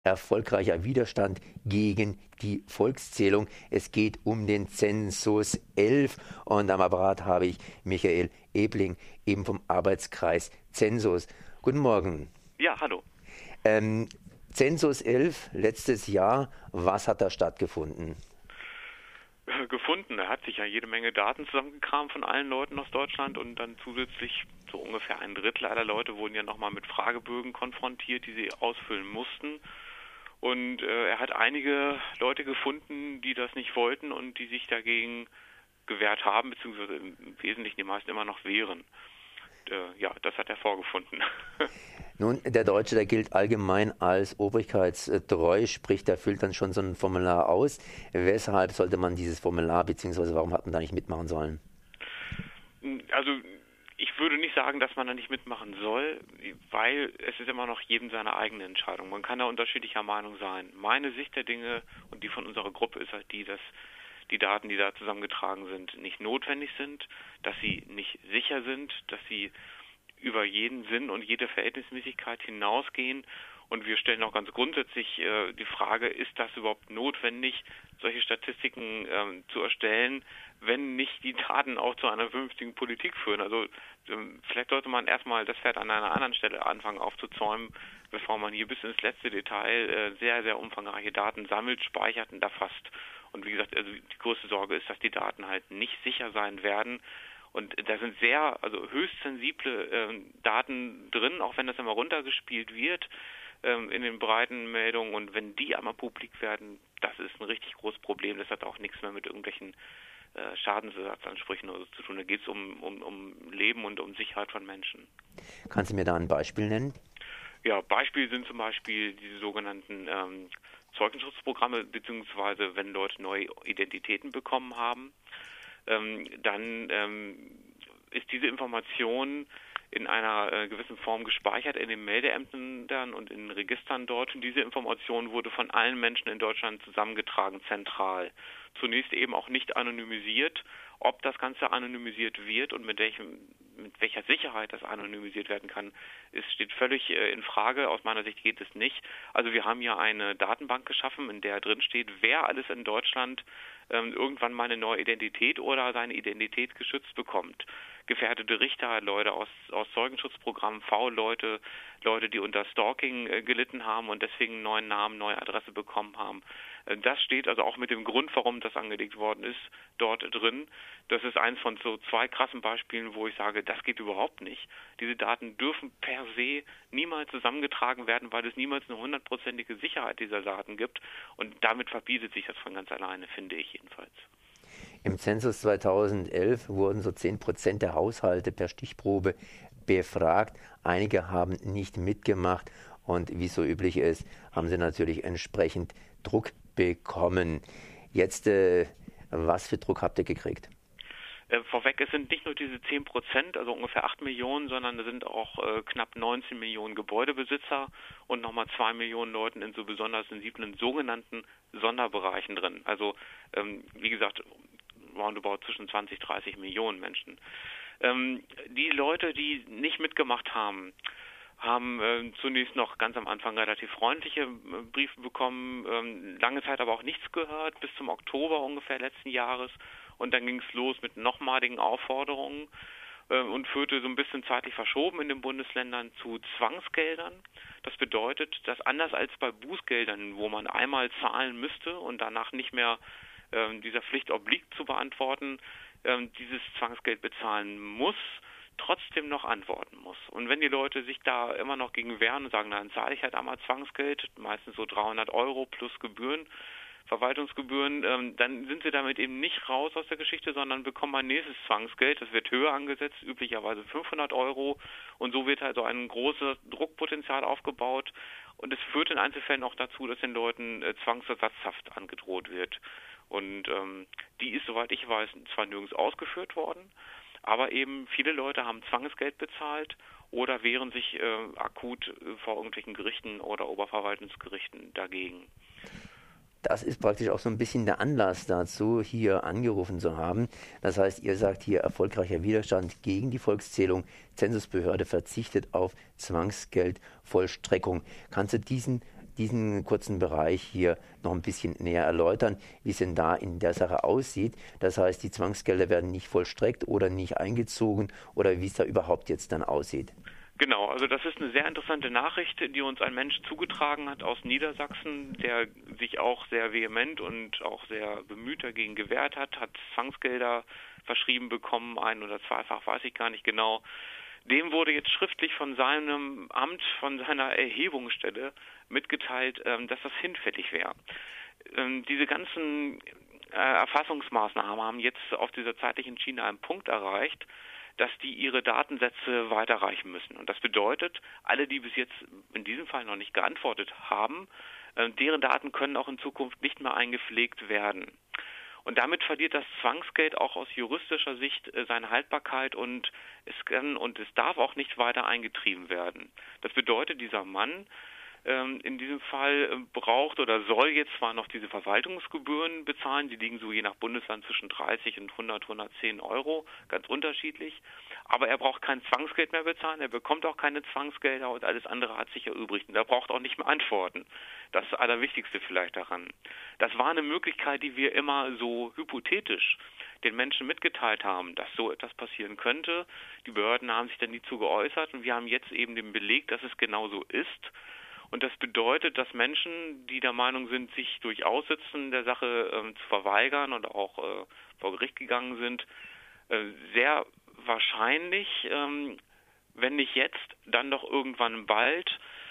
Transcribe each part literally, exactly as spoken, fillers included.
Erfolgreicher Widerstand gegen die Volkszählung. Es geht um den Zensus elf und am Apparat habe ich Michael Ebling, eben vom Arbeitskreis Zensus. Guten Morgen. Ja, hallo. Ähm, Zensus elf, letztes Jahr, was hat da stattgefunden? Gefunden. Er hat sich ja jede Menge Daten zusammengekramt von allen Leuten aus Deutschland und dann zusätzlich so ungefähr ein Drittel aller Leute wurden ja nochmal mit Fragebögen konfrontiert, die sie ausfüllen mussten. Und äh, er hat einige Leute gefunden, die das nicht wollten und die sich dagegen gewehrt haben, beziehungsweise im Wesentlichen die meisten immer noch wehren. Und, äh, ja, das hat er vorgefunden. Nun, der Deutsche, der gilt allgemein als obrigkeitstreu, sprich, der füllt dann schon so ein Formular aus. Weshalb sollte man dieses Formular, beziehungsweise warum hat man da nicht mitmachen sollen? Also ich würde nicht sagen, dass man da nicht mitmachen soll, weil es ist immer noch jedem seine eigene Entscheidung. Man kann da unterschiedlicher Meinung sein. Meine Sicht der Dinge und die von unserer Gruppe ist halt die, dass die Daten, die da zusammengetragen sind, nicht notwendig sind, dass sie nicht sicher sind, dass sie über jeden Sinn und jede Verhältnismäßigkeit hinausgehen. Und wir stellen auch ganz grundsätzlich äh, die Frage, ist das überhaupt notwendig, solche Statistiken ähm, zu erstellen, wenn nicht die Daten auch zu einer vernünftigen Politik führen. Also ähm, vielleicht sollte man erstmal das Pferd an einer anderen Stelle anfangen aufzuzäumen, bevor man hier bis ins letzte Detail äh, sehr, sehr umfangreiche Daten sammelt, speichert und erfasst. Und wie gesagt, also die größte Sorge ist, dass die Daten halt nicht sicher sein werden. Und da sind sehr, also höchst sensible äh, Daten drin, auch wenn das immer runtergespielt wird ähm, in den breiten Meldungen. Und wenn die einmal publik werden, das ist ein richtig großes Problem. Das hat auch nichts mehr mit irgendwelchen äh, Schadensersatzansprüchen oder so zu tun. Da geht es um, um, um Leben und um Sicherheit von Menschen. Kannst du mir da ein Beispiel nennen? Ja, Beispiele sind zum Beispiel diese sogenannten ähm, Zeugenschutzprogramme, beziehungsweise wenn Leute neue Identitäten bekommen haben. Ähm, dann ähm, ist diese Information in einer äh, gewissen Form gespeichert in den Meldeämtern und in den Registern dort. Und diese Information wurde von allen Menschen in Deutschland zusammengetragen, zentral. Zunächst eben auch nicht anonymisiert. Ob das Ganze anonymisiert wird und mit welchem, mit welcher Sicherheit das anonymisiert werden kann, ist, steht völlig äh, in Frage. Aus meiner Sicht geht es nicht. Also wir haben ja eine Datenbank geschaffen, in der drin steht, wer alles in Deutschland ähm, irgendwann mal eine neue Identität oder seine Identität geschützt bekommt. Gefährdete Richter, Leute aus, aus Zeugenschutzprogrammen, V-Leute, Leute, die unter Stalking äh, gelitten haben und deswegen einen neuen Namen, neue Adresse bekommen haben. Äh, das steht also auch mit dem Grund, warum das angelegt worden ist, dort drin. Das ist eins von so zwei krassen Beispielen, wo ich sage, das geht überhaupt nicht. Diese Daten dürfen per se niemals zusammengetragen werden, weil es niemals eine hundertprozentige Sicherheit dieser Daten gibt. Und damit verbietet sich das von ganz alleine, finde ich jedenfalls. Im Zensus zweitausendelf wurden so zehn Prozent der Haushalte per Stichprobe befragt. Einige haben nicht mitgemacht und wie es so üblich ist, haben sie natürlich entsprechend Druck bekommen. Jetzt, äh, was für Druck habt ihr gekriegt? Äh, vorweg, es sind nicht nur diese zehn Prozent, also ungefähr acht Millionen, sondern es sind auch äh, knapp neunzehn Millionen Gebäudebesitzer und nochmal zwei Millionen Leuten in so besonders sensiblen sogenannten Sonderbereichen drin. Also, ähm, wie gesagt, roundabout zwischen zwanzig, dreißig Millionen Menschen. Ähm, die Leute, die nicht mitgemacht haben, haben äh, zunächst noch ganz am Anfang relativ freundliche äh, Briefe bekommen, ähm, lange Zeit aber auch nichts gehört, bis zum Oktober ungefähr letzten Jahres. Und dann ging es los mit nochmaligen Aufforderungen äh, und führte so ein bisschen zeitlich verschoben in den Bundesländern zu Zwangsgeldern. Das bedeutet, dass anders als bei Bußgeldern, wo man einmal zahlen müsste und danach nicht mehr äh, dieser Pflicht obliegt zu beantworten, äh, dieses Zwangsgeld bezahlen muss, trotzdem noch antworten muss. Und wenn die Leute sich da immer noch gegen wehren und sagen, na, dann zahle ich halt einmal Zwangsgeld, meistens so dreihundert Euro plus Gebühren, Verwaltungsgebühren, ähm, dann sind sie damit eben nicht raus aus der Geschichte, sondern bekommen ein nächstes Zwangsgeld. Das wird höher angesetzt, üblicherweise fünfhundert Euro. Und so wird halt so ein großes Druckpotenzial aufgebaut. Und es führt in Einzelfällen auch dazu, dass den Leuten äh, Zwangsersatzhaft angedroht wird. Und ähm, die ist, soweit ich weiß, zwar nirgends ausgeführt worden, aber eben viele Leute haben Zwangsgeld bezahlt oder wehren sich äh, akut äh, vor irgendwelchen Gerichten oder Oberverwaltungsgerichten dagegen. Das ist praktisch auch so ein bisschen der Anlass dazu, hier angerufen zu haben. Das heißt, ihr sagt hier erfolgreicher Widerstand gegen die Volkszählung. Zensusbehörde verzichtet auf Zwangsgeldvollstreckung. Kannst du diesen diesen kurzen Bereich hier noch ein bisschen näher erläutern, wie es denn da in der Sache aussieht. Das heißt, die Zwangsgelder werden nicht vollstreckt oder nicht eingezogen oder wie es da überhaupt jetzt dann aussieht. Genau, also das ist eine sehr interessante Nachricht, die uns ein Mensch zugetragen hat aus Niedersachsen, der sich auch sehr vehement und auch sehr bemüht dagegen gewehrt hat, hat Zwangsgelder verschrieben bekommen, ein- oder zweifach, weiß ich gar nicht genau. Dem wurde jetzt schriftlich von seinem Amt, von seiner Erhebungsstelle mitgeteilt, dass das hinfällig wäre. Diese ganzen Erfassungsmaßnahmen haben jetzt auf dieser zeitlichen Schiene einen Punkt erreicht, dass die ihre Datensätze weiterreichen müssen. Und das bedeutet, alle, die bis jetzt in diesem Fall noch nicht geantwortet haben, deren Daten können auch in Zukunft nicht mehr eingepflegt werden. Und damit verliert das Zwangsgeld auch aus juristischer Sicht seine Haltbarkeit und es kann und es darf auch nicht weiter eingetrieben werden. Das bedeutet, dieser Mann ähm, in diesem Fall äh, braucht oder soll jetzt zwar noch diese Verwaltungsgebühren bezahlen, die liegen so je nach Bundesland zwischen dreißig und hundert, hundertzehn Euro, ganz unterschiedlich, aber er braucht kein Zwangsgeld mehr bezahlen, er bekommt auch keine Zwangsgelder und alles andere hat sich erübrigt und er braucht auch nicht mehr antworten. Das ist das Allerwichtigste vielleicht daran. Das war eine Möglichkeit, die wir immer so hypothetisch den Menschen mitgeteilt haben, dass so etwas passieren könnte. Die Behörden haben sich dann nie zu geäußert und wir haben jetzt eben den Beleg, dass es genau so ist. Und das bedeutet, dass Menschen, die der Meinung sind, sich durch Aussitzen der Sache äh, zu verweigern und auch äh, vor Gericht gegangen sind, äh, sehr wahrscheinlich, ähm, wenn nicht jetzt, dann doch irgendwann bald,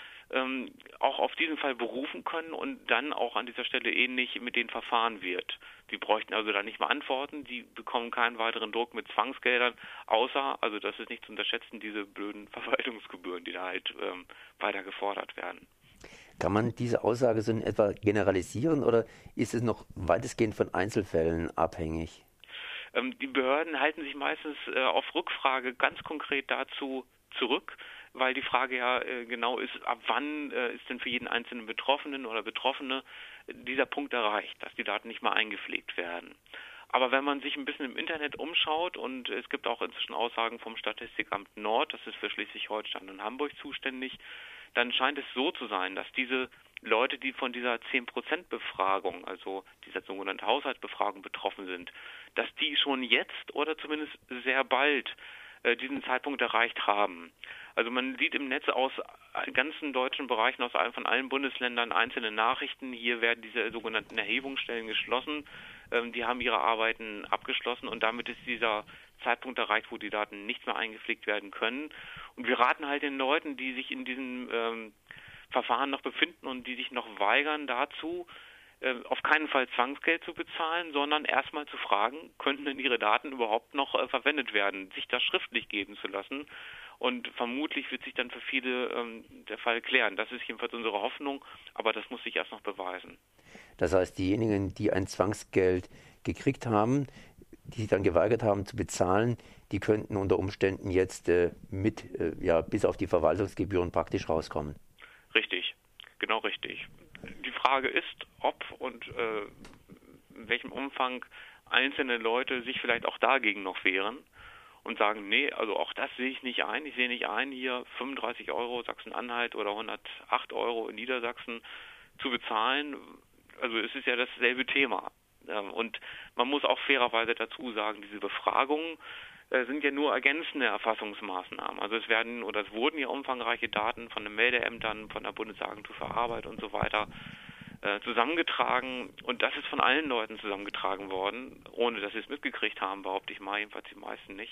ähm, auch auf diesen Fall berufen können und dann auch an dieser Stelle ähnlich mit denen verfahren wird. Die bräuchten also da nicht mehr Antworten, die bekommen keinen weiteren Druck mit Zwangsgeldern, außer, also das ist nicht zu unterschätzen, diese blöden Verwaltungsgebühren, die da halt ähm, weiter gefordert werden. Kann man diese Aussage so in etwa generalisieren oder ist es noch weitestgehend von Einzelfällen abhängig? Ähm, die Behörden halten sich meistens äh, auf Rückfrage ganz konkret dazu zurück, weil die Frage ja äh, genau ist, ab wann äh, ist denn für jeden einzelnen Betroffenen oder Betroffene dieser Punkt erreicht, dass die Daten nicht mehr eingepflegt werden. Aber wenn man sich ein bisschen im Internet umschaut und es gibt auch inzwischen Aussagen vom Statistikamt Nord, das ist für Schleswig-Holstein und Hamburg zuständig, dann scheint es so zu sein, dass diese Leute, die von dieser zehn Prozent Befragung, also dieser sogenannten Haushaltsbefragung betroffen sind, dass die schon jetzt oder zumindest sehr bald äh, diesen Zeitpunkt erreicht haben. Also man sieht im Netz aus ganzen deutschen Bereichen, aus allen, von allen Bundesländern einzelne Nachrichten. Hier werden diese sogenannten Erhebungsstellen geschlossen. Ähm, die haben ihre Arbeiten abgeschlossen und damit ist dieser Zeitpunkt erreicht, wo die Daten nicht mehr eingepflegt werden können. Und wir raten halt den Leuten, die sich in diesem ähm, Verfahren noch befinden und die sich noch weigern dazu, äh, auf keinen Fall Zwangsgeld zu bezahlen, sondern erstmal zu fragen, könnten denn ihre Daten überhaupt noch äh, verwendet werden, sich das schriftlich geben zu lassen. Und vermutlich wird sich dann für viele ähm, der Fall klären. Das ist jedenfalls unsere Hoffnung, aber das muss sich erst noch beweisen. Das heißt, diejenigen, die ein Zwangsgeld gekriegt haben, die sich dann geweigert haben zu bezahlen, die könnten unter Umständen jetzt äh, mit, äh, ja, bis auf die Verwaltungsgebühren praktisch rauskommen. Richtig, genau richtig. Die Frage ist, ob und äh, in welchem Umfang einzelne Leute sich vielleicht auch dagegen noch wehren und sagen, nee, also auch das sehe ich nicht ein. Ich sehe nicht ein, hier fünfunddreißig Euro Sachsen-Anhalt oder hundertacht Euro in Niedersachsen zu bezahlen. Also es ist ja dasselbe Thema. Und man muss auch fairerweise dazu sagen, diese Befragungen äh, sind ja nur ergänzende Erfassungsmaßnahmen. Also es werden oder es wurden ja umfangreiche Daten von den Meldeämtern, von der Bundesagentur für Arbeit und so weiter äh, zusammengetragen. Und das ist von allen Leuten zusammengetragen worden, ohne dass sie es mitgekriegt haben, behaupte ich mal, jedenfalls die meisten nicht.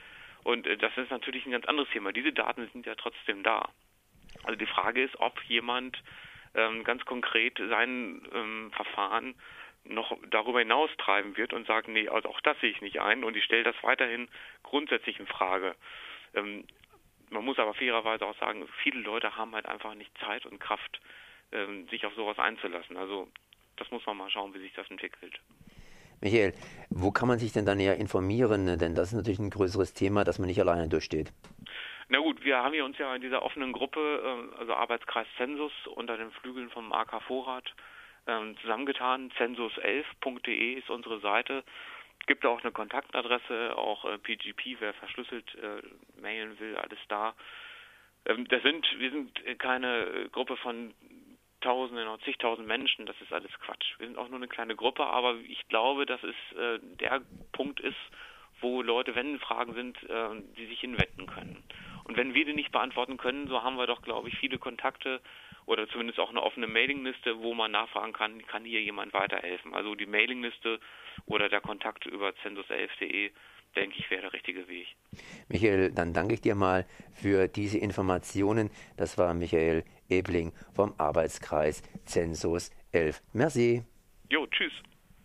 Und äh, das ist natürlich ein ganz anderes Thema. Diese Daten sind ja trotzdem da. Also die Frage ist, ob jemand ähm, ganz konkret sein ähm, Verfahren noch darüber hinaus treiben wird und sagt, nee, also auch das sehe ich nicht ein und ich stelle das weiterhin grundsätzlich in Frage. Ähm, man muss aber fairerweise auch sagen, viele Leute haben halt einfach nicht Zeit und Kraft, ähm, sich auf sowas einzulassen. Also das muss man mal schauen, wie sich das entwickelt. Michael, wo kann man sich denn dann näher informieren? Denn das ist natürlich ein größeres Thema, das man nicht alleine durchsteht. Na gut, wir haben hier uns ja in dieser offenen Gruppe, also Arbeitskreis Zensus unter den Flügeln vom A K Vorrat, zusammengetan. zensus elf punkt de ist unsere Seite. Es gibt auch eine Kontaktadresse, auch äh, P G P, wer verschlüsselt äh, mailen will, alles da. Ähm, das sind, wir sind keine Gruppe von Tausende, noch zigtausend Menschen, das ist alles Quatsch. Wir sind auch nur eine kleine Gruppe, aber ich glaube, dass es äh, der Punkt ist, wo Leute, wenn Fragen sind, äh, die sich hinwenden können. Und wenn wir die nicht beantworten können, so haben wir doch, glaube ich, viele Kontakte oder zumindest auch eine offene Mailingliste, wo man nachfragen kann, kann hier jemand weiterhelfen. Also die Mailingliste oder der Kontakt über census elf punkt de, denke ich, wäre der richtige Weg. Michael, dann danke ich dir mal für diese Informationen. Das war Michael Ebling vom Arbeitskreis Census elf. Merci. Jo, tschüss.